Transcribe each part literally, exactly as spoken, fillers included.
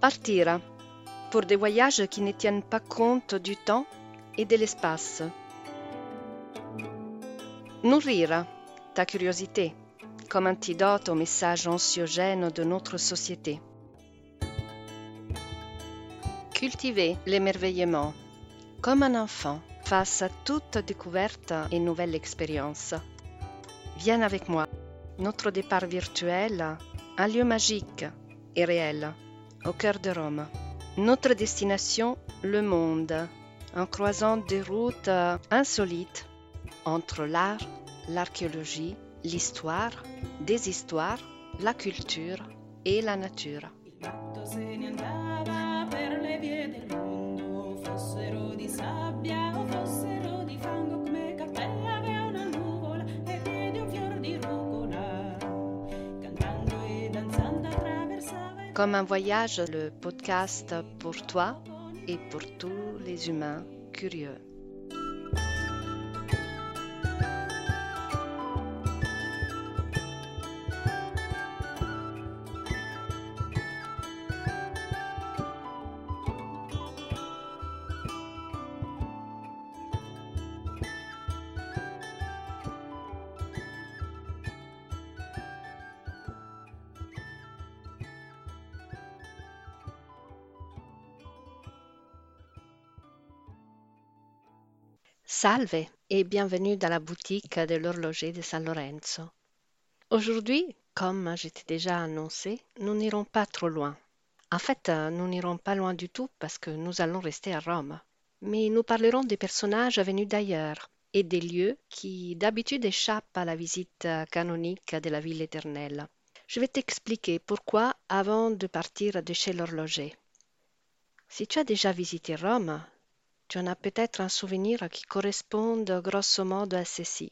Partir pour des voyages qui ne tiennent pas compte du temps et de l'espace. Nourrir ta curiosité comme antidote aux messages anxiogènes de notre société. Cultiver l'émerveillement comme un enfant face à toute découverte et nouvelle expérience. Viens avec moi. Notre départ virtuel, un lieu magique et réel, au cœur de Rome. Notre destination, le monde, en croisant des routes insolites entre l'art, l'archéologie, l'histoire, des histoires, la culture et la nature. Comme un voyage, le podcast pour toi et pour tous les humains curieux. Salve et bienvenue dans la boutique de l'horloger de San Lorenzo. Aujourd'hui, comme je t'ai déjà annoncé, nous n'irons pas trop loin. En fait, nous n'irons pas loin du tout parce que nous allons rester à Rome. Mais nous parlerons des personnages venus d'ailleurs et des lieux qui d'habitude échappent à la visite canonique de la ville éternelle. Je vais t'expliquer pourquoi avant de partir de chez l'horloger. Si tu as déjà visité Rome, tu en as peut-être un souvenir qui corresponde grosso modo à ceci.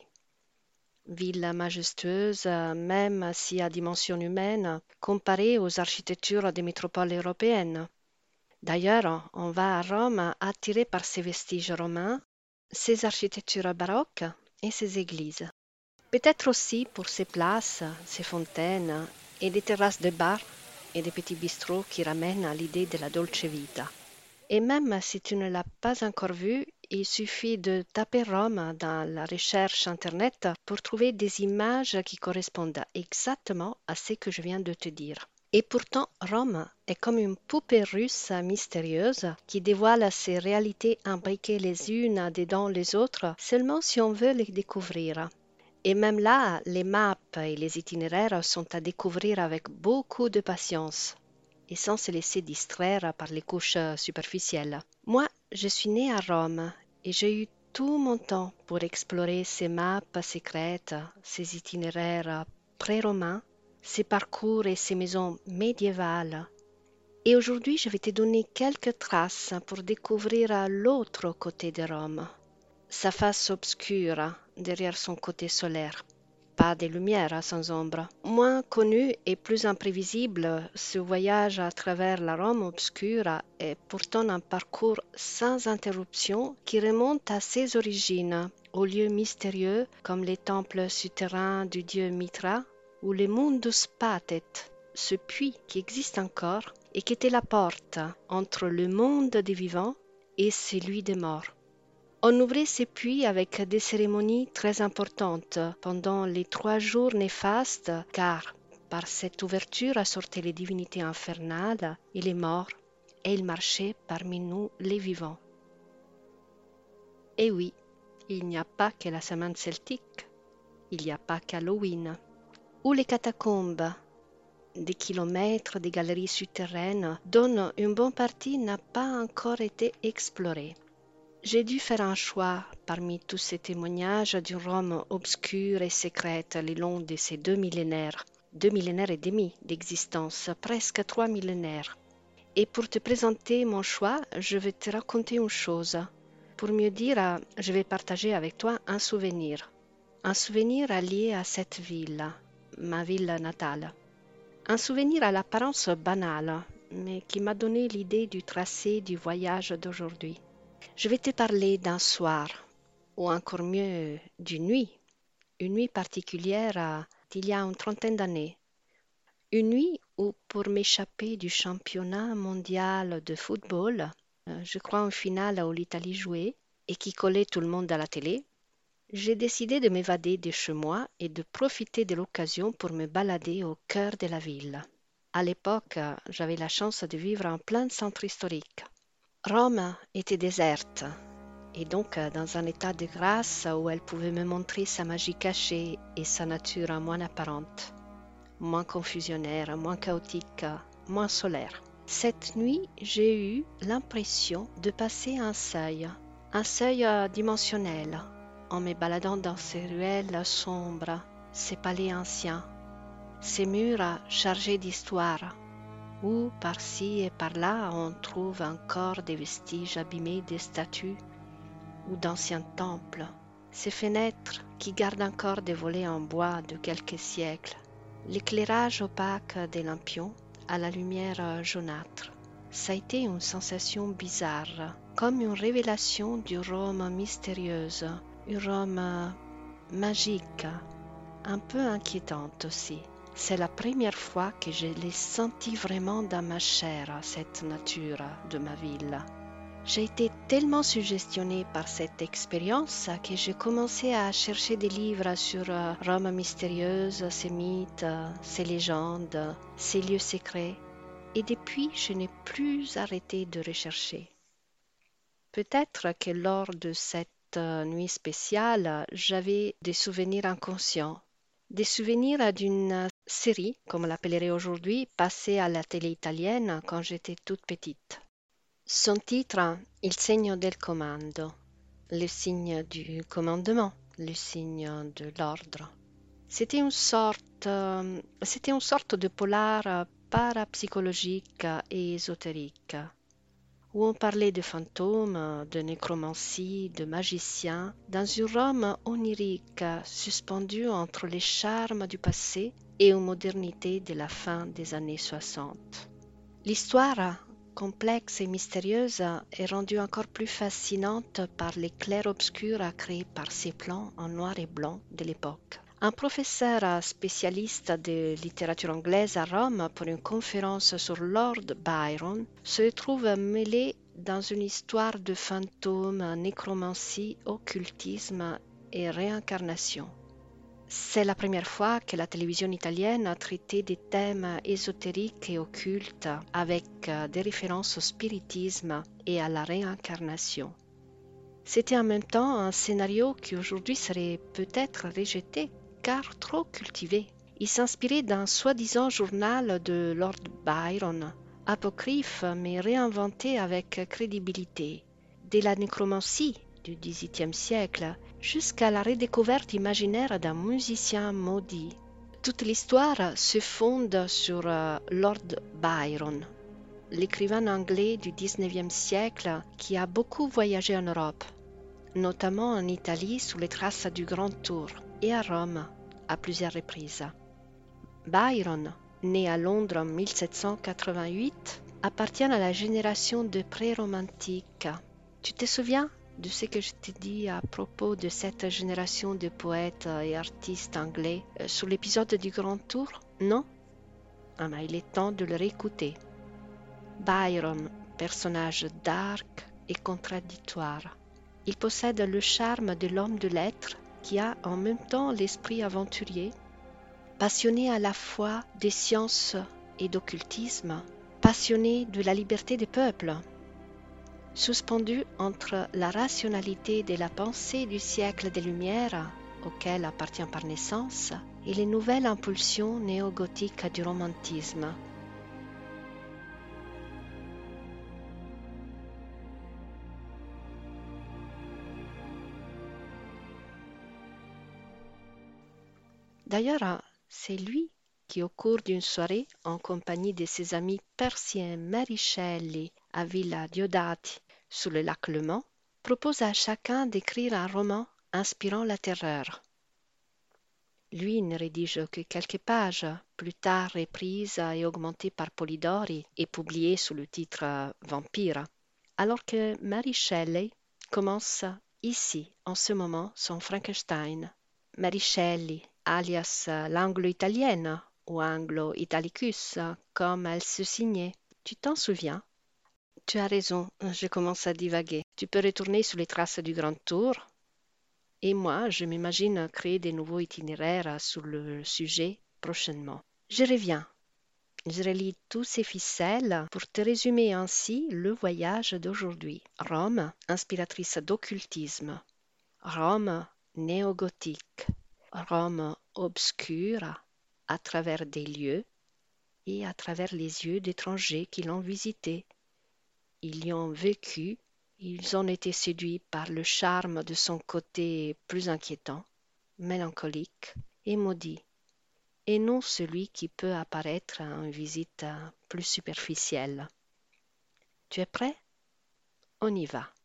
Ville majestueuse, même si à dimension humaine, comparée aux architectures des métropoles européennes. D'ailleurs, on va à Rome attiré par ses vestiges romains, ses architectures baroques et ses églises. Peut-être aussi pour ses places, ses fontaines et des terrasses de bars et des petits bistrots qui ramènent à l'idée de la dolce vita. Et même si tu ne l'as pas encore vu, il suffit de taper Rome dans la recherche Internet pour trouver des images qui correspondent exactement à ce que je viens de te dire. Et pourtant, Rome est comme une poupée russe mystérieuse qui dévoile ses réalités imbriquées les unes dedans les autres seulement si on veut les découvrir. Et même là, les maps et les itinéraires sont à découvrir avec beaucoup de patience et sans se laisser distraire par les couches superficielles. Moi, je suis née à Rome et j'ai eu tout mon temps pour explorer ces maps secrètes, ces itinéraires pré-romains, ces parcours et ces maisons médiévales. Et aujourd'hui, je vais te donner quelques traces pour découvrir l'autre côté de Rome, sa face obscure derrière son côté solaire. Pas des lumières sans ombre. Moins connu et plus imprévisible, ce voyage à travers la Rome obscure est pourtant un parcours sans interruption qui remonte à ses origines, aux lieux mystérieux comme les temples souterrains du dieu Mitra ou les Mundus Patet, ce puits qui existe encore et qui était la porte entre le monde des vivants et celui des morts. On ouvrait ces puits avec des cérémonies très importantes pendant les trois jours néfastes, car par cette ouverture sortaient les divinités infernales et les morts, et ils marchaient parmi nous les vivants. Et oui, il n'y a pas que la semaine celtique, il n'y a pas qu'Halloween, ou les catacombes. Des kilomètres de galeries souterraines dont une bonne partie n'a pas encore été explorée. J'ai dû faire un choix parmi tous ces témoignages d'une Rome obscure et secrète le long de ces deux millénaires, deux millénaires et demi d'existence, presque trois millénaires. Et pour te présenter mon choix, je vais te raconter une chose. Pour mieux dire, je vais partager avec toi un souvenir. Un souvenir lié à cette ville, ma ville natale. Un souvenir à l'apparence banale, mais qui m'a donné l'idée du tracé du voyage d'aujourd'hui. Je vais te parler d'un soir, ou encore mieux d'une nuit, une nuit particulière d'il y a une trentaine d'années. Une nuit où, pour m'échapper du championnat mondial de football, euh, je crois en finale où l'Italie jouait et qui collait tout le monde à la télé, j'ai décidé de m'évader de chez moi et de profiter de l'occasion pour me balader au cœur de la ville. À l'époque, euh, j'avais la chance de vivre en plein centre historique. Rome était déserte et donc euh, dans un état de grâce où elle pouvait me montrer sa magie cachée et sa nature moins apparente, moins confusionnaire, moins chaotique, moins solaire. Cette nuit, j'ai eu l'impression de passer un seuil, un seuil euh, dimensionnel, en me baladant dans ces ruelles sombres, ces palais anciens, ces murs chargés d'histoire, où par-ci et par-là on trouve encore des vestiges abîmés des statues ou d'anciens temples, ces fenêtres qui gardent encore des volets en bois de quelques siècles, l'éclairage opaque des lampions à la lumière jaunâtre. Ça a été une sensation bizarre, comme une révélation du Rome mystérieuse, une Rome magique, un peu inquiétante aussi. C'est la première fois que je l'ai senti vraiment dans ma chair, cette nature de ma ville. J'ai été tellement suggestionnée par cette expérience que j'ai commencé à chercher des livres sur Rome mystérieuse, ses mythes, ses légendes, ses lieux secrets. Et depuis, je n'ai plus arrêté de rechercher. Peut-être que lors de cette nuit spéciale, j'avais des souvenirs inconscients, des souvenirs d'une série, comme on l'appellerait aujourd'hui, passée à la télé italienne quand j'étais toute petite. Son titre, Il segno del comando, le signe du commandement, le signe de l'ordre. C'était une sorte, euh, c'était une sorte de polar parapsychologique et ésotérique, où on parlait de fantômes, de nécromancie, de magiciens, dans une Rome onirique suspendue entre les charmes du passé et une modernité de la fin des années soixante. L'histoire, complexe et mystérieuse, est rendue encore plus fascinante par les clairs-obscurs créés par ces plans en noir et blanc de l'époque. Un professeur spécialiste de littérature anglaise à Rome pour une conférence sur Lord Byron se trouve mêlé dans une histoire de fantômes, nécromancie, occultisme et réincarnation. C'est la première fois que la télévision italienne a traité des thèmes ésotériques et occultes avec des références au spiritisme et à la réincarnation. C'était en même temps un scénario qui aujourd'hui serait peut-être rejeté car trop cultivé. Il s'inspirait d'un soi-disant journal de Lord Byron, apocryphe mais réinventé avec crédibilité, de la nécromancie du dix-huitième siècle jusqu'à la redécouverte imaginaire d'un musicien maudit. Toute l'histoire se fonde sur euh, Lord Byron, l'écrivain anglais du dix-neuvième siècle qui a beaucoup voyagé en Europe, notamment en Italie sous les traces du Grand Tour et à Rome à plusieurs reprises. Byron, né à Londres en mille sept cent quatre-vingt-huit, appartient à la génération de pré-romantiques. Tu te souviens de ce que je t'ai dit à propos de cette génération de poètes et artistes anglais euh, sur l'épisode du Grand Tour? Non? Ah, mais il est temps de le réécouter. Byron, personnage dark et contradictoire. Il possède le charme de l'homme de lettres qui a en même temps l'esprit aventurier, passionné à la fois des sciences et d'occultisme, passionné de la liberté des peuples, suspendu entre la rationalité de la pensée du siècle des Lumières, auquel appartient par naissance, et les nouvelles impulsions néo-gothiques du romantisme. D'ailleurs, c'est lui qui, au cours d'une soirée, en compagnie de ses amis Persien Maricelli à Villa Diodati, sous le lac Le Mans, propose à chacun d'écrire un roman inspirant la terreur. Lui ne rédige que quelques pages, plus tard reprises et augmentées par Polidori et publiées sous le titre Vampire, alors que Maricelli commence ici, en ce moment, son Frankenstein. Maricelli, alias l'anglo-italienne, ou Anglo-Italicus, comme elle se signait. Tu t'en souviens? Tu as raison, je commence à divaguer. Tu peux retourner sur les traces du Grand Tour. Et moi, je m'imagine créer des nouveaux itinéraires sur le sujet prochainement. Je reviens. Je relis tous ces ficelles pour te résumer ainsi le voyage d'aujourd'hui. Rome, inspiratrice d'occultisme. Rome, néogothique. Rome obscure, à travers des lieux et à travers les yeux d'étrangers qui l'ont visité. Ils y ont vécu, ils ont été séduits par le charme de son côté plus inquiétant, mélancolique et maudit, et non celui qui peut apparaître à une visite plus superficielle. Tu es prêt? On y va.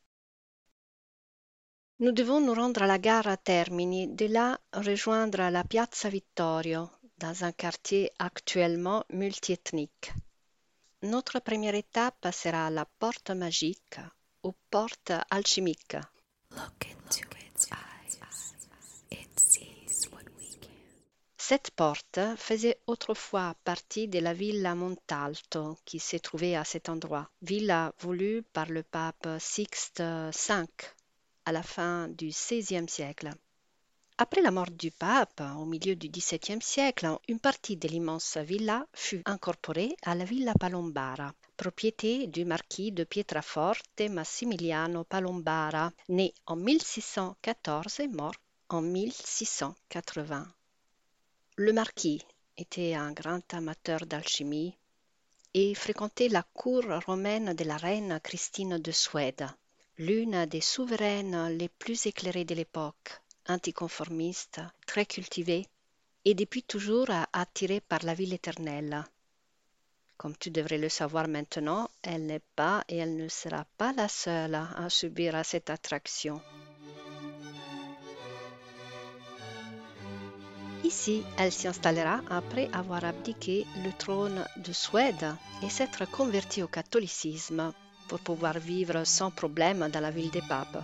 Nous devons nous rendre à la gare Termini, de là rejoindre la Piazza Vittorio, dans un quartier actuellement multiethnique. Notre première étape sera la porte magique ou porte alchimique. Look into its eyes. It sees what we can. Cette porte faisait autrefois partie de la Villa Montalto qui se trouvait à cet endroit, villa voulue par le pape Sixte cinq à la fin du seizième siècle. Après la mort du pape, au milieu du dix-septième siècle, une partie de l'immense villa fut incorporée à la Villa Palombara, propriété du marquis de Pietraforte Massimiliano Palombara, né en mille six cent quatorze et mort en mille six cent quatre-vingts. Le marquis était un grand amateur d'alchimie et fréquentait la cour romaine de la reine Christine de Suède, l'une des souveraines les plus éclairées de l'époque, anticonformiste, très cultivée et depuis toujours attirée par la ville éternelle. Comme tu devrais le savoir maintenant, elle n'est pas et elle ne sera pas la seule à subir à cette attraction. Ici, elle s'y installera après avoir abdiqué le trône de Suède et s'être convertie au catholicisme pour pouvoir vivre sans problème dans la ville des papes.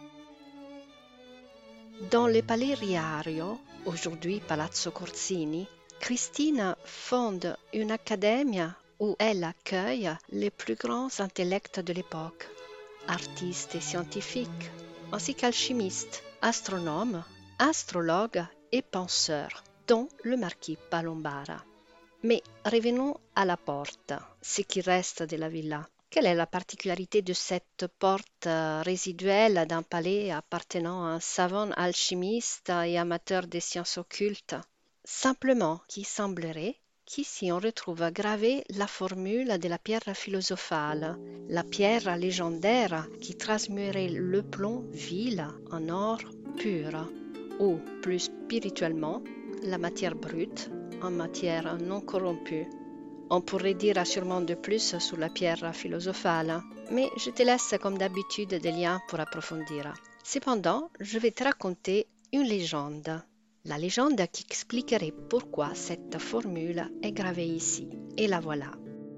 Dans le palais Riario, aujourd'hui Palazzo Corsini, Christine fonde une académie où elle accueille les plus grands intellects de l'époque, artistes et scientifiques, ainsi qu'alchimistes, astronomes, astrologues et penseurs, dont le marquis Palombara. Mais revenons à la porte, ce qui reste de la villa. Quelle est la particularité de cette porte résiduelle d'un palais appartenant à un savant alchimiste et amateur des sciences occultes? Simplement qu'il semblerait qu'ici on retrouve gravée la formule de la pierre philosophale, la pierre légendaire qui transmuerait le plomb vil en or pur, ou plus spirituellement, la matière brute en matière non corrompue. On pourrait dire sûrement de plus sur la pierre philosophale, mais je te laisse comme d'habitude des liens pour approfondir. Cependant, je vais te raconter une légende. La légende qui expliquerait pourquoi cette formule est gravée ici. Et la voilà.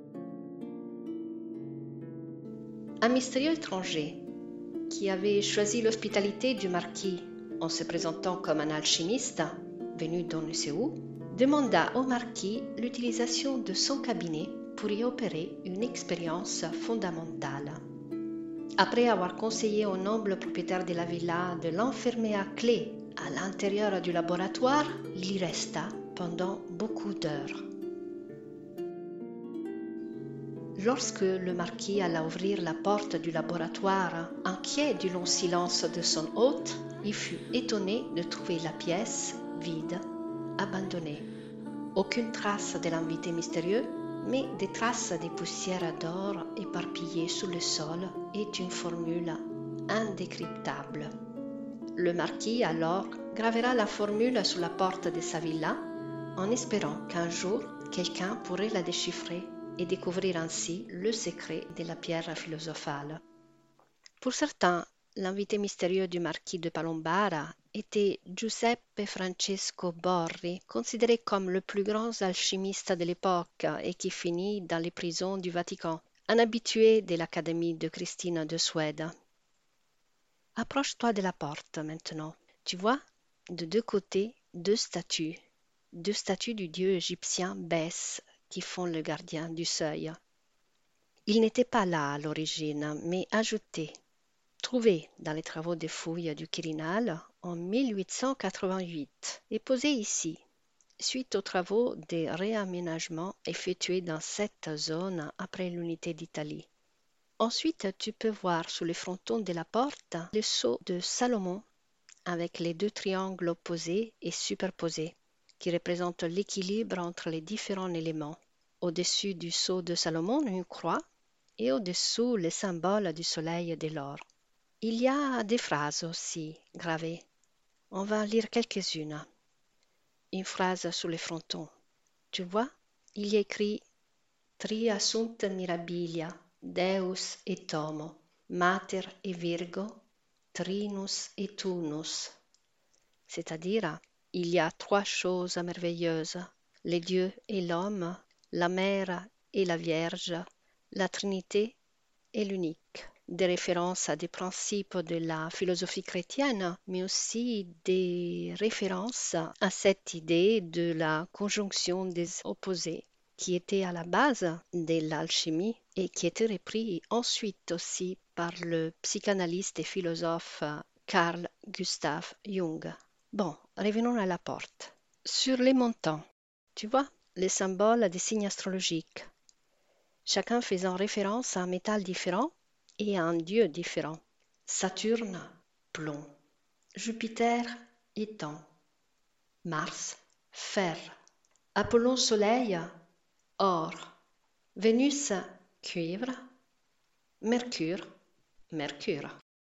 Un mystérieux étranger qui avait choisi l'hospitalité du marquis en se présentant comme un alchimiste venu d'on ne sait où, demanda au marquis l'utilisation de son cabinet pour y opérer une expérience fondamentale. Après avoir conseillé au noble propriétaire de la villa de l'enfermer à clé à l'intérieur du laboratoire, il y resta pendant beaucoup d'heures. Lorsque le marquis alla ouvrir la porte du laboratoire, inquiet du long silence de son hôte, il fut étonné de trouver la pièce vide, abandonnée. Aucune trace de l'invité mystérieux, mais des traces des poussières d'or éparpillées sur le sol et une formule indécryptable. Le marquis alors gravera la formule sur la porte de sa villa en espérant qu'un jour quelqu'un pourrait la déchiffrer et découvrir ainsi le secret de la pierre philosophale. Pour certains, l'invité mystérieux du marquis de Palombara était Giuseppe Francesco Borri, considéré comme le plus grand alchimiste de l'époque et qui finit dans les prisons du Vatican, un habitué de l'Académie de Christine de Suède. Approche-toi de la porte maintenant. Tu vois, de deux côtés, deux statues, deux statues du dieu égyptien Bès qui font le gardien du seuil. Il n'était pas là à l'origine, mais ajouté, trouvé dans les travaux des fouilles du Quirinal en mille huit cent quatre-vingt-huit et posé ici, suite aux travaux de réaménagement effectués dans cette zone après l'unité d'Italie. Ensuite, tu peux voir sous le fronton de la porte le sceau de Salomon avec les deux triangles opposés et superposés qui représentent l'équilibre entre les différents éléments. Au-dessus du sceau de Salomon, une croix et au-dessous le symbole du soleil et de l'or. Il y a des phrases aussi gravées. On va en lire quelques-unes. Une phrase sous le fronton. Tu vois, il y a écrit Tria sunt mirabilia, Deus et Homo, Mater et Virgo, Trinus et Tunus. C'est-à-dire, il y a trois choses merveilleuses, les dieux et l'homme, la mère et la Vierge, la Trinité et l'unique. Des références à des principes de la philosophie chrétienne, mais aussi des références à cette idée de la conjonction des opposés qui était à la base de l'alchimie et qui était repris ensuite aussi par le psychanalyste et philosophe Carl Gustav Jung. Bon, revenons à la porte. Sur les montants, tu vois, les symboles des signes astrologiques, chacun faisant référence à un métal différent et à un dieu différent. Saturne, plomb. Jupiter, étang. Mars, fer. Apollon, soleil, or. Vénus, cuivre. Mercure, mercure.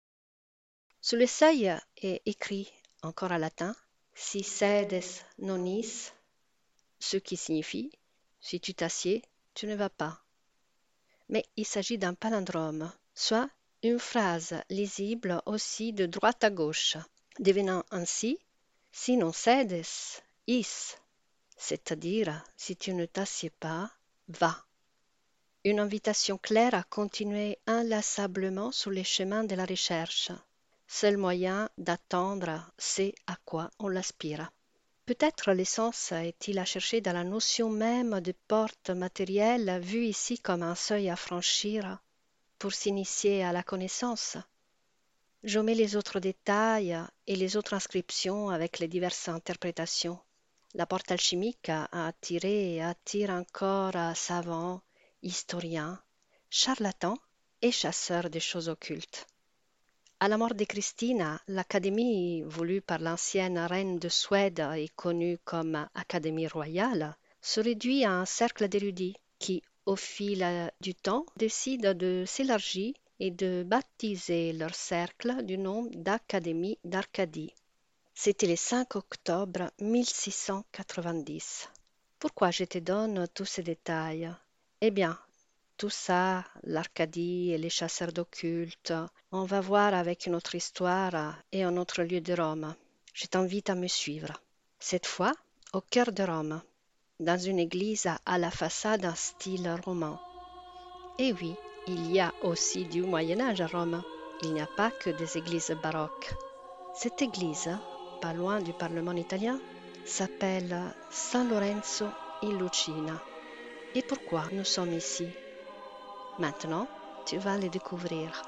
Sous le seuil est écrit, encore en latin, si sedes nonis, ce qui signifie si tu t'assieds, tu ne vas pas. Mais il s'agit d'un palindrome, soit une phrase lisible aussi de droite à gauche, devenant ainsi si non cedes, is, c'est-à-dire si tu ne t'assieds pas, va. Une invitation claire à continuer inlassablement sur les chemins de la recherche, seul moyen d'atteindre ce à quoi on aspire. Peut-être l'essence est-il à chercher dans la notion même de porte matérielle vue ici comme un seuil à franchir pour s'initier à la connaissance. J'omets les autres détails et les autres inscriptions avec les diverses interprétations. La porte alchimique a attiré et attire encore savants, historiens, charlatans et chasseurs des choses occultes. À la mort de Christina, l'académie voulue par l'ancienne reine de Suède et connue comme Académie royale se réduit à un cercle d'érudits qui, au fil du temps, décident de s'élargir et de baptiser leur cercle du nom d'Académie d'Arcadie. C'était le cinq octobre mille six cent quatre-vingt-dix. Pourquoi je te donne tous ces détails? Eh bien, tout ça, l'Arcadie et les chasseurs d'occulte, on va voir avec une autre histoire et un autre lieu de Rome. Je t'invite à me suivre. Cette fois, au cœur de Rome, dans une église à la façade en style roman. Et oui, il y a aussi du Moyen-Âge à Rome. Il n'y a pas que des églises baroques. Cette église, pas loin du Parlement italien, s'appelle San Lorenzo in Lucina. Et pourquoi nous sommes ici? Maintenant, tu vas le découvrir.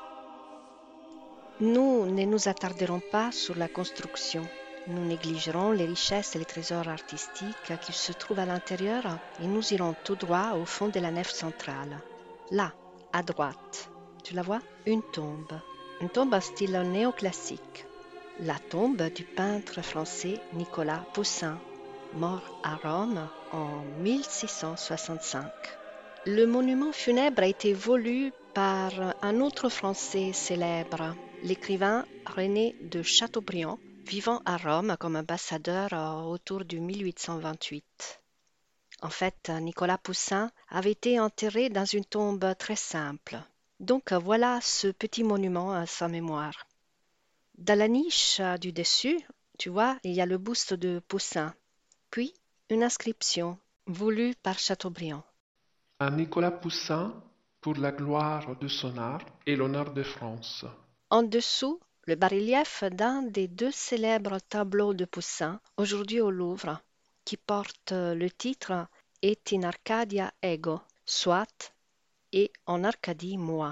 Nous ne nous attarderons pas sur la construction. Nous négligerons les richesses et les trésors artistiques qui se trouvent à l'intérieur et nous irons tout droit au fond de la nef centrale. Là, à droite, tu la vois? Une tombe. Une tombe en style néoclassique. La tombe du peintre français Nicolas Poussin, mort à Rome en mille six cent soixante-cinq. Le monument funèbre a été voulu par un autre Français célèbre, l'écrivain René de Chateaubriand, vivant à Rome comme ambassadeur autour de mille huit cent vingt-huit. En fait, Nicolas Poussin avait été enterré dans une tombe très simple. Donc voilà ce petit monument à sa mémoire. Dans la niche du dessus, tu vois, il y a le buste de Poussin, puis une inscription voulue par Chateaubriand. À Nicolas Poussin, pour la gloire de son art et l'honneur de France. En dessous, le bas-relief d'un des deux célèbres tableaux de Poussin, aujourd'hui au Louvre, qui porte le titre Et in Arcadia ego, soit et en Arcadie moi.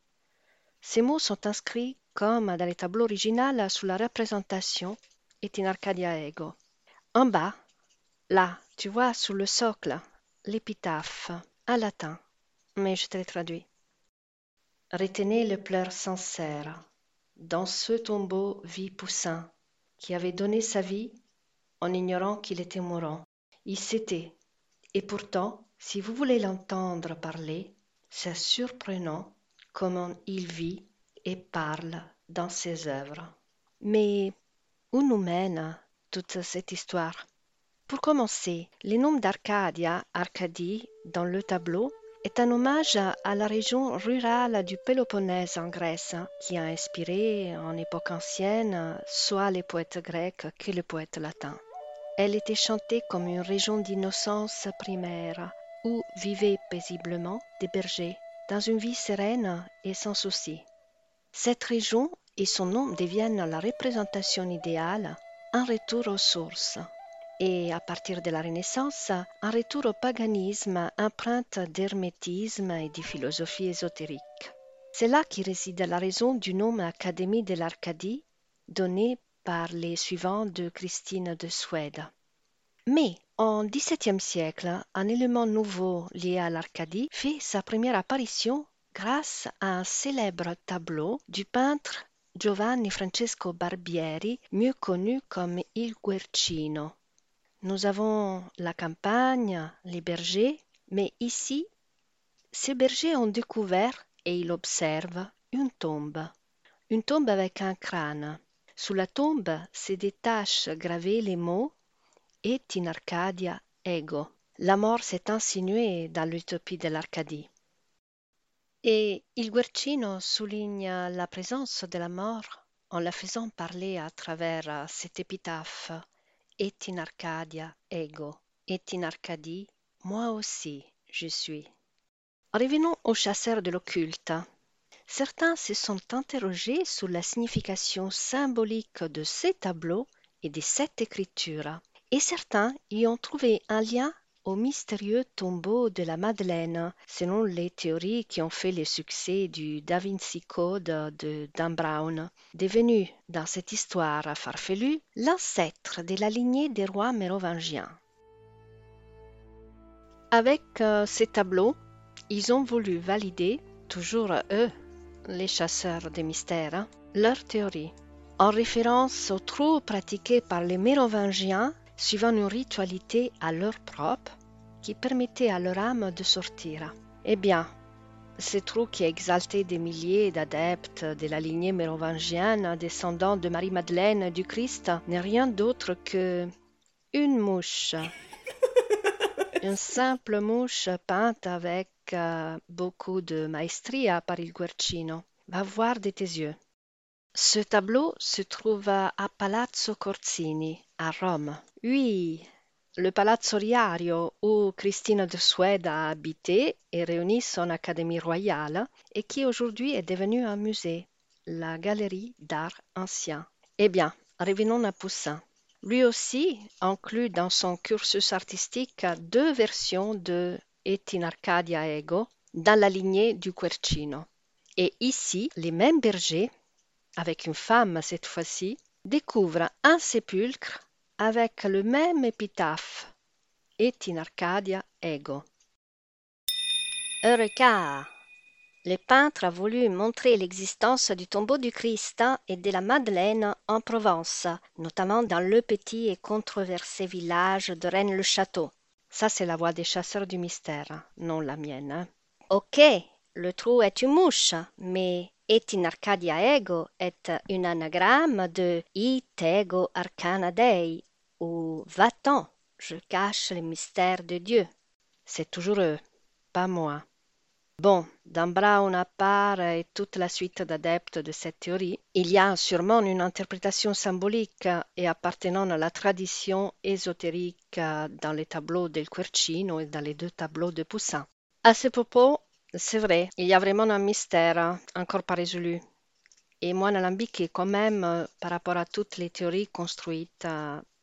Ces mots sont inscrits comme dans les tableaux originaux sous la représentation Et in Arcadia ego. En bas, là, tu vois sous le socle, l'épitaphe, en latin, mais je te l'ai traduit. Retenez le pleur sincère. Dans ce tombeau vit Poussin, qui avait donné sa vie en ignorant qu'il était mourant. Il s'était. Et pourtant, si vous voulez l'entendre parler, c'est surprenant comment il vit et parle dans ses œuvres. Mais où nous mène toute cette histoire? Pour commencer, le nom d'Arcadia, Arcadie, dans le tableau, est un hommage à la région rurale du Péloponnèse en Grèce, qui a inspiré en époque ancienne soit les poètes grecs que les poètes latins. Elle était chantée comme une région d'innocence primaire, où vivaient paisiblement des bergers, dans une vie sereine et sans souci. Cette région et son nom deviennent la représentation idéale, un retour aux sources. Et à partir de la Renaissance, un retour au paganisme empreinte d'hermétisme et de philosophie ésotérique. C'est là qui réside la raison du nom Académie de l'Arcadie, donné par les suivants de Christine de Suède. Mais au dix-septième siècle, un élément nouveau lié à l'Arcadie fait sa première apparition grâce à un célèbre tableau du peintre Giovanni Francesco Barbieri, mieux connu comme Il Guercino. Nous avons la campagne, les bergers, mais ici, ces bergers ont découvert, et ils observent, une tombe. Une tombe avec un crâne. Sous la tombe se détachent gravés les mots « Et in Arcadia ego ». La mort s'est insinuée dans l'utopie de l'Arcadie. Et Il Guercino souligne la présence de la mort en la faisant parler à travers cette épitaphe « Et in Arcadia ego ». Et in Arcadie, moi aussi, je suis. Revenons aux chasseurs de l'occulte. Certains se sont interrogés sur la signification symbolique de ces tableaux et de cette écriture, et certains y ont trouvé un lien au mystérieux tombeau de la Madeleine, selon les théories qui ont fait le succès du Da Vinci Code de Dan Brown, devenu, dans cette histoire farfelue, l'ancêtre de la lignée des rois mérovingiens. Avec euh, ces tableaux, ils ont voulu valider, toujours eux, les chasseurs de mystères, leur théorie, en référence aux trous pratiqués par les mérovingiens suivant une ritualité à leur propre qui permettait à leur âme de sortir. Eh bien, ce trou qui exaltait des milliers d'adeptes de la lignée mérovingienne descendant de Marie-Madeleine du Christ n'est rien d'autre que une mouche. Une simple mouche peinte avec euh, beaucoup de maestria par il Guercino. Va voir de tes yeux. Ce tableau se trouve à Palazzo Corsini, à Rome. Oui, le Palazzo Riario où Christine de Suède a habité et réuni son Académie royale et qui aujourd'hui est devenu un musée, la Galerie d'art ancien. Eh bien, revenons à Poussin. Lui aussi inclut dans son cursus artistique deux versions de Et in Arcadia ego dans la lignée du Guercino. Et ici, les mêmes bergers, avec une femme cette fois-ci, découvrent un sépulcre avec le même épitaphe Et in Arcadia ego. Eureka! Le peintre a voulu montrer l'existence du tombeau du Christ et de la Madeleine en Provence, notamment dans le petit et controversé village de Rennes-le-Château. Ça, c'est la voix des chasseurs du mystère, non la mienne. Hein. Ok, le trou est une mouche, mais Et in Arcadia ego est un anagramme de It ego arcana Dei, ou va-t'en, je cache le mystère de Dieu. C'est toujours eux, pas moi. Bon, Dan Brown à part et toute la suite d'adeptes de cette théorie, il y a sûrement une interprétation symbolique et appartenant à la tradition ésotérique dans les tableaux del Guercino et dans les deux tableaux de Poussin. À ce propos, c'est vrai, il y a vraiment un mystère encore pas résolu et moins alambiqué quand même par rapport à toutes les théories construites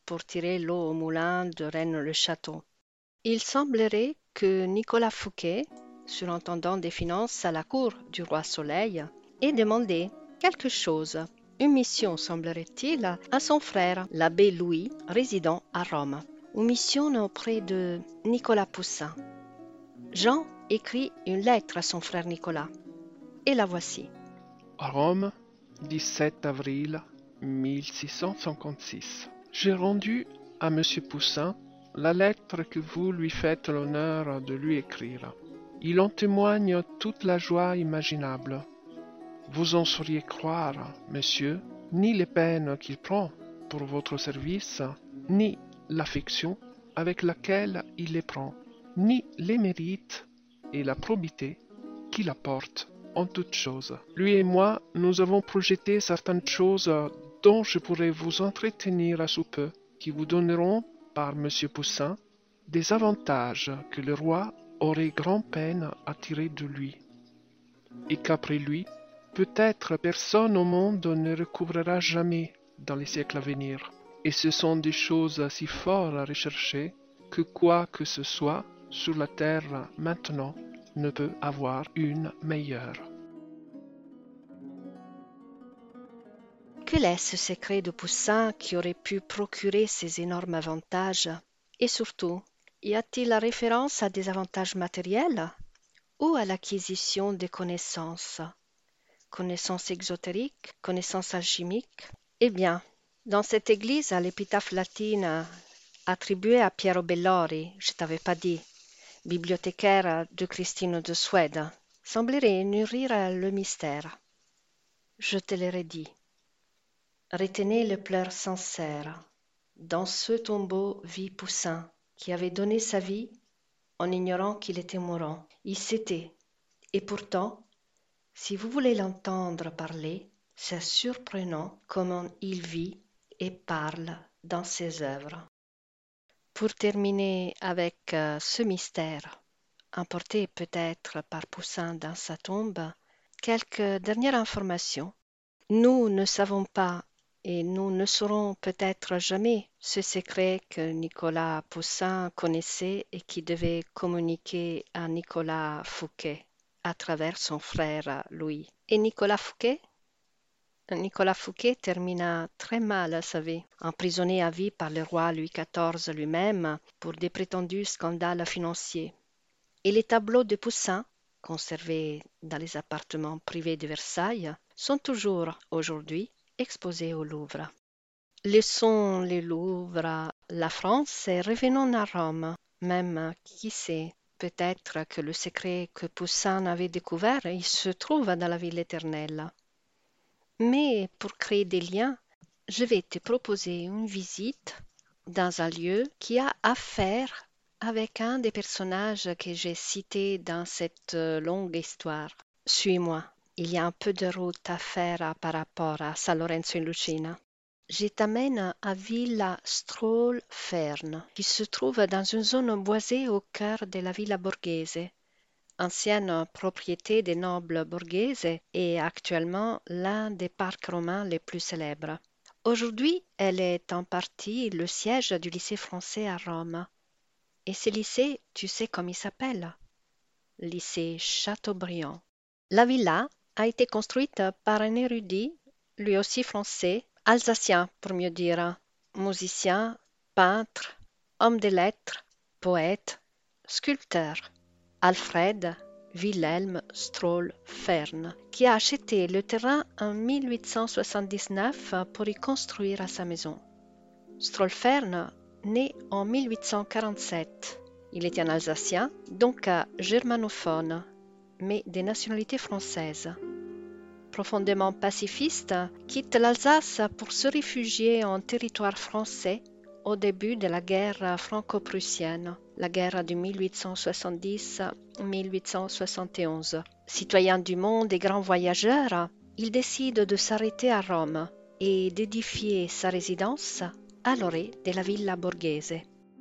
pour tirer l'eau au moulin de Rennes-le-Château. Il semblerait que Nicolas Fouquet, surintendant des finances à la cour du roi Soleil, ait demandé quelque chose, une mission semblerait-il, à son frère, l'abbé Louis, résident à Rome. Une mission auprès de Nicolas Poussin. Jean écrit une lettre à son frère Nicolas, et la voici. Rome, dix-sept avril mille six cent cinquante-six. J'ai rendu à Monsieur Poussin la lettre que vous lui faites l'honneur de lui écrire. Il en témoigne toute la joie imaginable. Vous en sauriez croire, monsieur, ni les peines qu'il prend pour votre service, ni l'affection avec laquelle il les prend, ni les mérites et la probité qu'il apporte en toutes choses. Lui et moi, nous avons projeté certaines choses dont je pourrais vous entretenir à sous peu, qui vous donneront, par M. Poussin, des avantages que le roi aurait grand-peine à tirer de lui, et qu'après lui, peut-être personne au monde ne recouvrera jamais dans les siècles à venir. Et ce sont des choses si fort à rechercher que quoi que ce soit sur la terre maintenant ne peut avoir une meilleure. Quel est ce secret de Poussin qui aurait pu procurer ces énormes avantages? Et surtout, y a-t-il la référence à des avantages matériels ou à l'acquisition des connaissances? Connaissances exotériques, connaissances alchimiques? Eh bien, dans cette église, à l'épitaphe latine attribuée à Piero Bellori, je t'avais pas dit, bibliothécaire de Christine de Suède, semblerait nourrir le mystère. Je te le redis. Retenez le pleur sincère. Dans ce tombeau vit Poussin, qui avait donné sa vie en ignorant qu'il était mourant. Il s'était. Et pourtant, si vous voulez l'entendre parler, c'est surprenant comment il vit et parle dans ses œuvres. Pour terminer avec euh, ce mystère, emporté peut-être par Poussin dans sa tombe, quelques dernières informations. Nous ne savons pas et nous ne saurons peut-être jamais ce secret que Nicolas Poussin connaissait et qui devait communiquer à Nicolas Fouquet à travers son frère Louis. Et Nicolas Fouquet Nicolas Fouquet termina très mal sa vie, emprisonné à vie par le roi Louis quatorze lui-même pour des prétendus scandales financiers. Et les tableaux de Poussin, conservés dans les appartements privés de Versailles, sont toujours aujourd'hui exposés au Louvre. Laissons le Louvre, la France et revenons à Rome. Même, qui sait, peut-être que le secret que Poussin avait découvert, il se trouve dans la ville éternelle. Mais pour créer des liens, je vais te proposer une visite dans un lieu qui a affaire avec un des personnages que j'ai cités dans cette longue histoire. Suis-moi, il y a un peu de route à faire par rapport à San Lorenzo in Lucina. Je t'amène à Villa Strolfern, qui se trouve dans une zone boisée au cœur de la Villa Borghese, ancienne propriété des nobles borghese et actuellement l'un des parcs romains les plus célèbres. Aujourd'hui, elle est en partie le siège du lycée français à Rome. Et ce lycée, tu sais comment il s'appelle? Lycée Chateaubriand. La villa a été construite par un érudit, lui aussi français, alsacien pour mieux dire, musicien, peintre, homme de lettres, poète, sculpteur. Alfred Wilhelm Strolfern, qui a acheté le terrain en mille huit cent soixante-dix-neuf pour y construire sa maison. Strolfern naît en mille huit cent quarante-sept. Il était un Alsacien, donc germanophone, mais de nationalité française. Profondément pacifiste, quitte l'Alsace pour se réfugier en territoire français au début de la guerre franco-prussienne, la guerre de mille huit cent soixante-dix à mille huit cent soixante et onze. Citoyen du monde et grand voyageur, il décide de s'arrêter à Rome et d'édifier sa résidence à l'orée de la Villa Borghese.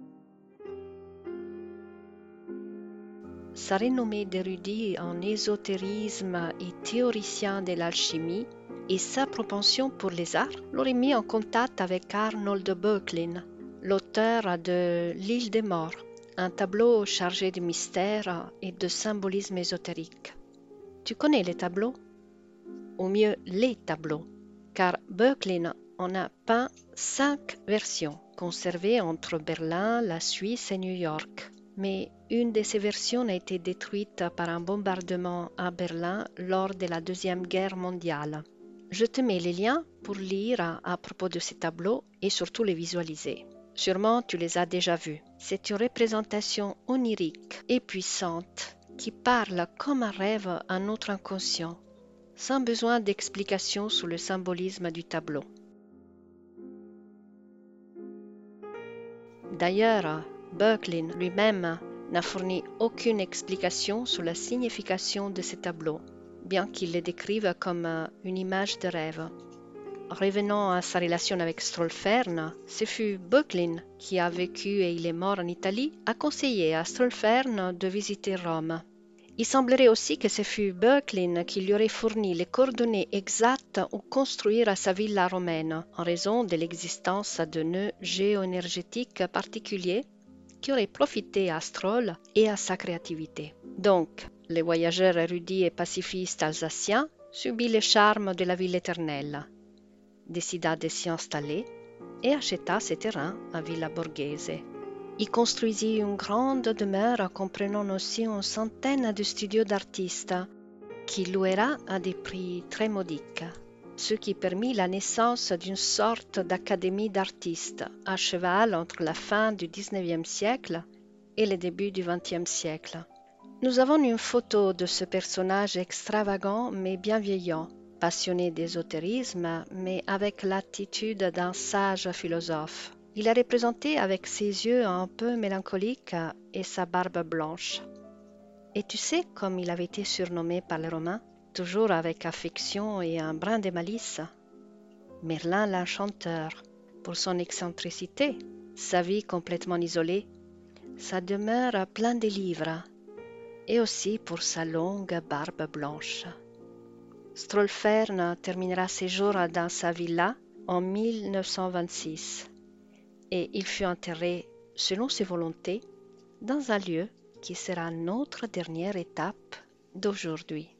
Sa renommée d'érudit en ésotérisme et théoricien de l'alchimie et sa propension pour les arts l'auraient mis en contact avec Arnold Böcklin, l'auteur de L'île des morts, un tableau chargé de mystères et de symbolisme ésotérique. Tu connais les tableaux? Ou mieux, les tableaux, car Böcklin en a peint cinq versions, conservées entre Berlin, la Suisse et New York. Mais une de ces versions a été détruite par un bombardement à Berlin lors de la Deuxième Guerre mondiale. Je te mets les liens pour lire à propos de ces tableaux et surtout les visualiser. Sûrement tu les as déjà vus. C'est une représentation onirique et puissante qui parle comme un rêve à notre inconscient, sans besoin d'explication sur le symbolisme du tableau. D'ailleurs, Böcklin lui-même n'a fourni aucune explication sur la signification de ces tableaux, bien qu'il les décrive comme une image de rêve. Revenant à sa relation avec Strolfern, ce fut Böcklin qui a vécu et il est mort en Italie, a conseillé à Strolfern de visiter Rome. Il semblerait aussi que ce fut Böcklin qui lui aurait fourni les coordonnées exactes où construire sa villa romaine, en raison de l'existence de nœuds géoénergétiques particuliers qui auraient profité à Stroll et à sa créativité. Donc, le voyageur érudit et pacifiste alsacien subit les charmes de la ville éternelle, décida de s'y installer et acheta ses terrains à Villa Borghese. Il construisit une grande demeure comprenant aussi une centaine de studios d'artistes qu'il louera à des prix très modiques, ce qui permit la naissance d'une sorte d'académie d'artistes à cheval entre la fin du dix-neuvième siècle et le début du vingtième siècle. Nous avons une photo de ce personnage extravagant mais bienveillant, passionné d'ésotérisme, mais avec l'attitude d'un sage philosophe. Il est représenté avec ses yeux un peu mélancoliques et sa barbe blanche. Et tu sais comme il avait été surnommé par les Romains, toujours avec affection et un brin de malice? Merlin l'Enchanteur, pour son excentricité, sa vie complètement isolée, sa demeure pleine de livres, et aussi pour sa longue barbe blanche. Strolfern terminera ses jours dans sa villa en mille neuf cent vingt-six et il fut enterré, selon ses volontés, dans un lieu qui sera notre dernière étape d'aujourd'hui.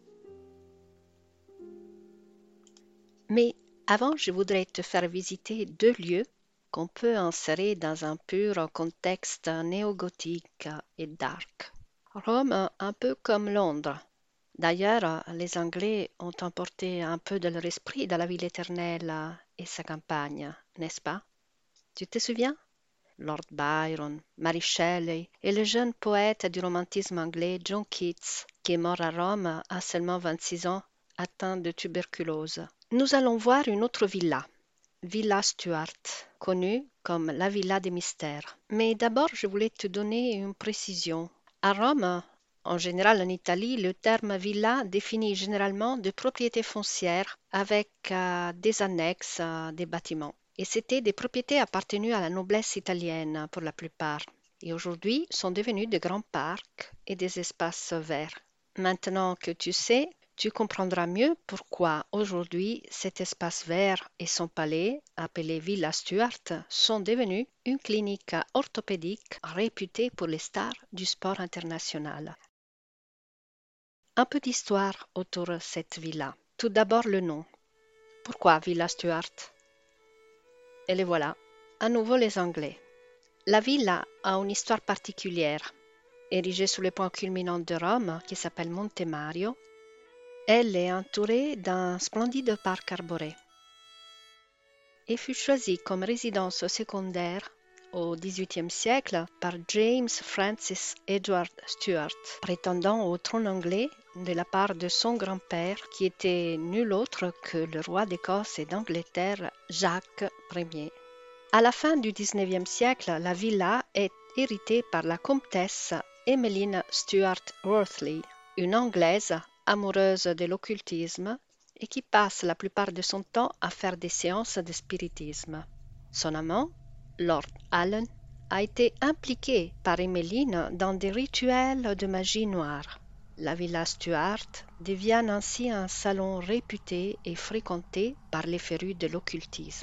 Mais avant, je voudrais te faire visiter deux lieux qu'on peut insérer dans un pur contexte néo-gothique et dark. Rome, un peu comme Londres. D'ailleurs, les Anglais ont emporté un peu de leur esprit dans la ville éternelle et sa campagne, n'est-ce pas? Tu te souviens? Lord Byron, Mary Shelley et le jeune poète du romantisme anglais John Keats, qui est mort à Rome à seulement vingt-six ans, atteint de tuberculose. Nous allons voir une autre villa, Villa Stuart, connue comme la Villa des Mystères. Mais d'abord, je voulais te donner une précision. À Rome, en général en Italie, le terme villa définit généralement des propriétés foncières avec euh, des annexes, euh, des bâtiments. Et c'était des propriétés appartenues à la noblesse italienne pour la plupart. Et aujourd'hui, sont devenus de grands parcs et des espaces verts. Maintenant que tu sais, tu comprendras mieux pourquoi aujourd'hui cet espace vert et son palais, appelé Villa Stuart, sont devenus une clinique orthopédique réputée pour les stars du sport international. Un peu d'histoire autour de cette villa. Tout d'abord le nom. Pourquoi Villa Stuart? Et les voilà, à nouveau les Anglais. La villa a une histoire particulière. Érigée sur le point culminant de Rome, qui s'appelle Monte Mario, elle est entourée d'un splendide parc arboré et fut choisie comme résidence secondaire au dix-huitième siècle par James Francis Edward Stuart, prétendant au trône anglais de la part de son grand-père, qui était nul autre que le roi d'Écosse et d'Angleterre Jacques Ier. À la fin du dix-neuvième siècle, la villa est héritée par la comtesse Emmeline Stuart Wortley, une Anglaise amoureuse de l'occultisme et qui passe la plupart de son temps à faire des séances de spiritisme. Son amant, Lord Allen, a été impliqué par Emmeline dans des rituels de magie noire. La villa Stuart devient ainsi un salon réputé et fréquenté par les férus de l'occultisme.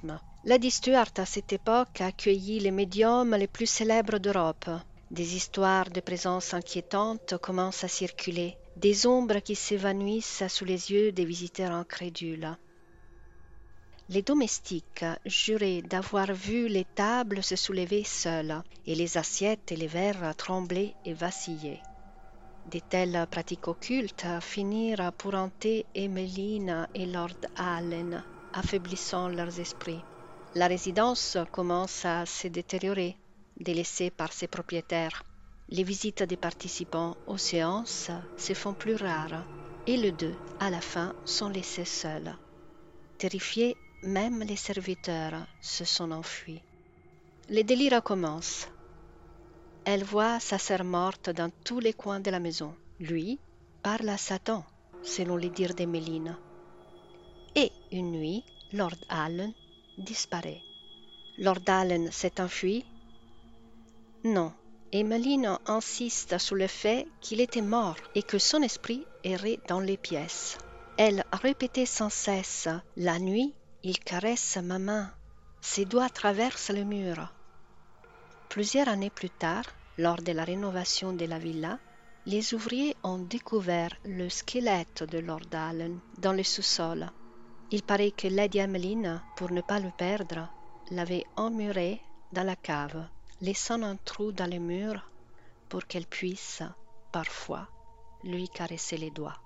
Lady Stuart, à cette époque, a accueilli les médiums les plus célèbres d'Europe. Des histoires de présence inquiétantes commencent à circuler, des ombres qui s'évanouissent sous les yeux des visiteurs incrédules. Les domestiques juraient d'avoir vu les tables se soulever seules, et les assiettes et les verres trembler et vaciller. De telles pratiques occultes finirent pour hanter Emmeline et Lord Allen, affaiblissant leurs esprits. La résidence commence à se détériorer, délaissée par ses propriétaires. Les visites des participants aux séances se font plus rares, et les deux, à la fin, sont laissés seuls. Terrifiés, même les serviteurs se sont enfuis. Les délires commencent. Elle voit sa sœur morte dans tous les coins de la maison. Lui parle à Satan, selon les dires d'Emmeline. Et une nuit, Lord Allen disparaît. Lord Allen s'est enfui? Non. Emmeline insiste sur le fait qu'il était mort et que son esprit errait dans les pièces. Elle répétait sans cesse « La nuit, il caresse ma main. Ses doigts traversent le mur. » Plusieurs années plus tard, lors de la rénovation de la villa, les ouvriers ont découvert le squelette de Lord Allen dans le sous-sol. Il paraît que Lady Emmeline, pour ne pas le perdre, l'avait emmuré dans la cave, laissant un trou dans le mur pour qu'elle puisse, parfois, lui caresser les doigts.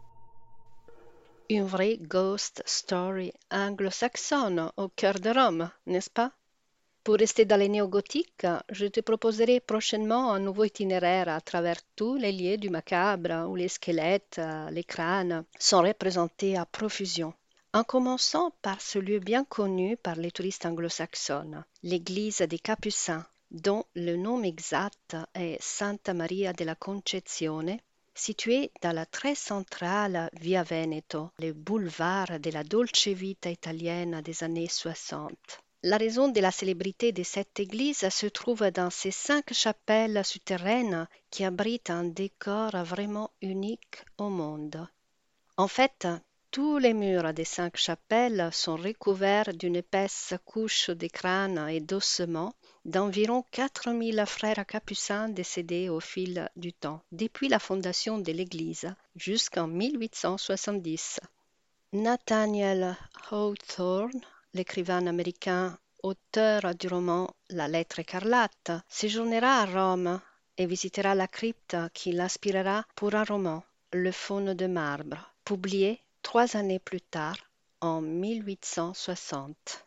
Une vraie ghost story anglo-saxonne au cœur de Rome, n'est-ce pas? Pour rester dans les néo-gothiques, je te proposerai prochainement un nouveau itinéraire à travers tous les lieux du macabre où les squelettes, les crânes sont représentés à profusion. En commençant par ce lieu bien connu par les touristes anglo-saxons, l'église des Capucins, dont le nom exact est Santa Maria della Concezione, située dans la très centrale Via Veneto, le boulevard de la dolce vita italienne des années soixante. La raison de la célébrité de cette église se trouve dans ces cinq chapelles souterraines qui abritent un décor vraiment unique au monde. En fait, tous les murs des cinq chapelles sont recouverts d'une épaisse couche de crânes et d'ossements d'environ quatre mille frères capucins décédés au fil du temps, depuis la fondation de l'église jusqu'en mille huit cent soixante-dix. Nathaniel Hawthorne, l'écrivain américain, auteur du roman La lettre écarlate, séjournera à Rome et visitera la crypte qui l'inspirera pour un roman, Le faune de marbre, publié trois années plus tard, en mille huit cent soixante.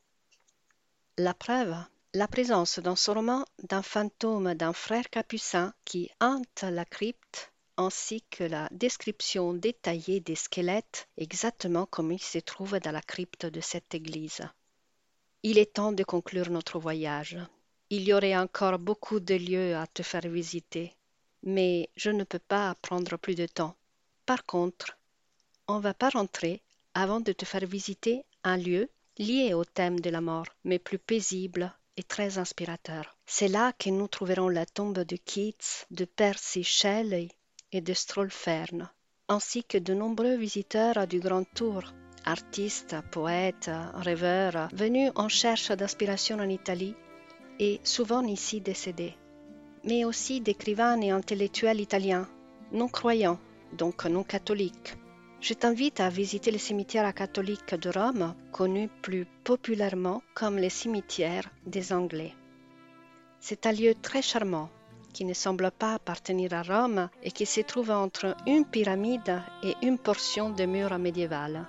La preuve, la présence dans ce roman d'un fantôme d'un frère capucin qui hante la crypte, ainsi que la description détaillée des squelettes, exactement comme il se trouve dans la crypte de cette église. Il est temps de conclure notre voyage. Il y aurait encore beaucoup de lieux à te faire visiter, mais je ne peux pas prendre plus de temps. Par contre, on ne va pas rentrer avant de te faire visiter un lieu lié au thème de la mort, mais plus paisible et très inspirateur. C'est là que nous trouverons la tombe de Keats, de Percy Shelley et de Strolfern, ainsi que de nombreux visiteurs du Grand Tour, artistes, poètes, rêveurs, venus en cherche d'inspiration en Italie et souvent ici décédés, mais aussi d'écrivains et intellectuels italiens, non-croyants, donc non-catholiques. Je t'invite à visiter le cimetière catholique de Rome, connu plus populairement comme le cimetière des Anglais. C'est un lieu très charmant, qui ne semble pas appartenir à Rome et qui se trouve entre une pyramide et une portion de mur médiéval.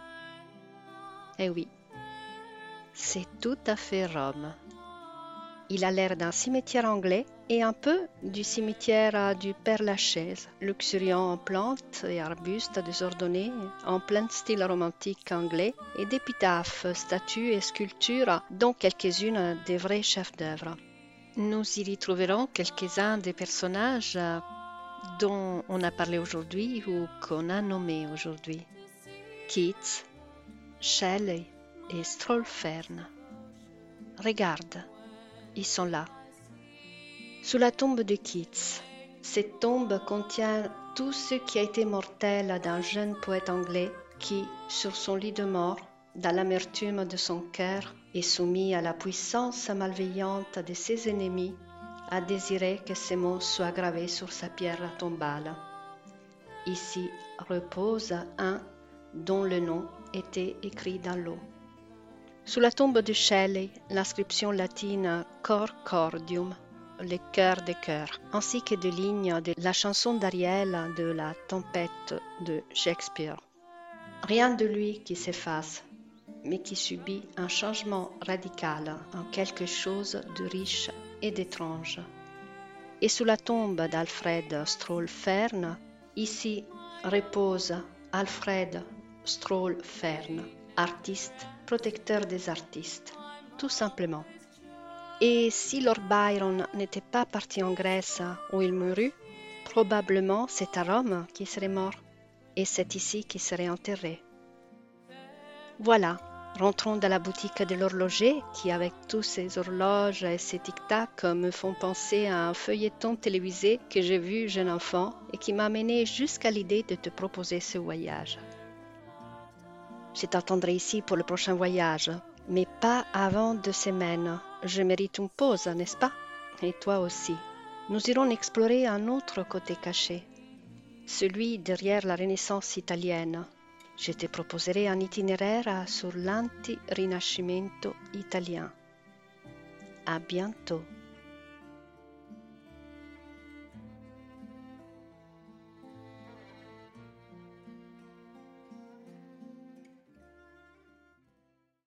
Eh oui, c'est tout à fait Rome. Il a l'air d'un cimetière anglais et un peu du cimetière du Père-Lachaise, luxuriant en plantes et arbustes désordonnés, en plein style romantique anglais, et d'épitaphes, statues et sculptures, dont quelques-unes des vrais chefs-d'œuvre. Nous y retrouverons quelques-uns des personnages dont on a parlé aujourd'hui ou qu'on a nommés aujourd'hui. Keats, Shelley et Strolfern. Regarde, ils sont là. Sous la tombe de Keats, cette tombe contient tout ce qui a été mortel d'un jeune poète anglais qui, sur son lit de mort, dans l'amertume de son cœur, et soumis à la puissance malveillante de ses ennemis, a désiré que ces mots soient gravés sur sa pierre tombale. Ici repose un dont le nom était écrit dans l'eau. Sous la tombe de Shelley, l'inscription latine Cor Cordium, le cœur des cœurs, ainsi que des lignes de la chanson d'Ariel de la Tempête de Shakespeare. Rien de lui qui s'efface, mais qui subit un changement radical en quelque chose de riche et d'étrange. Et sous la tombe d'Alfred Stroll-Fern, ici repose Alfred Stroll-Fern, artiste, protecteur des artistes, tout simplement. Et si Lord Byron n'était pas parti en Grèce où il mourut, probablement c'est à Rome qu'il serait mort, et c'est ici qu'il serait enterré. Voilà, rentrons dans la boutique de l'horloger qui, avec tous ses horloges et ses tic-tac, me font penser à un feuilleton télévisé que j'ai vu jeune enfant et qui m'a mené jusqu'à l'idée de te proposer ce voyage. Je t'attendrai ici pour le prochain voyage, mais pas avant deux semaines. Je mérite une pause, n'est-ce pas? Et toi aussi. Nous irons explorer un autre côté caché, celui derrière la Renaissance italienne. Je te proposerai un itinéraire sur l'anti-rinascimento italien. À bientôt.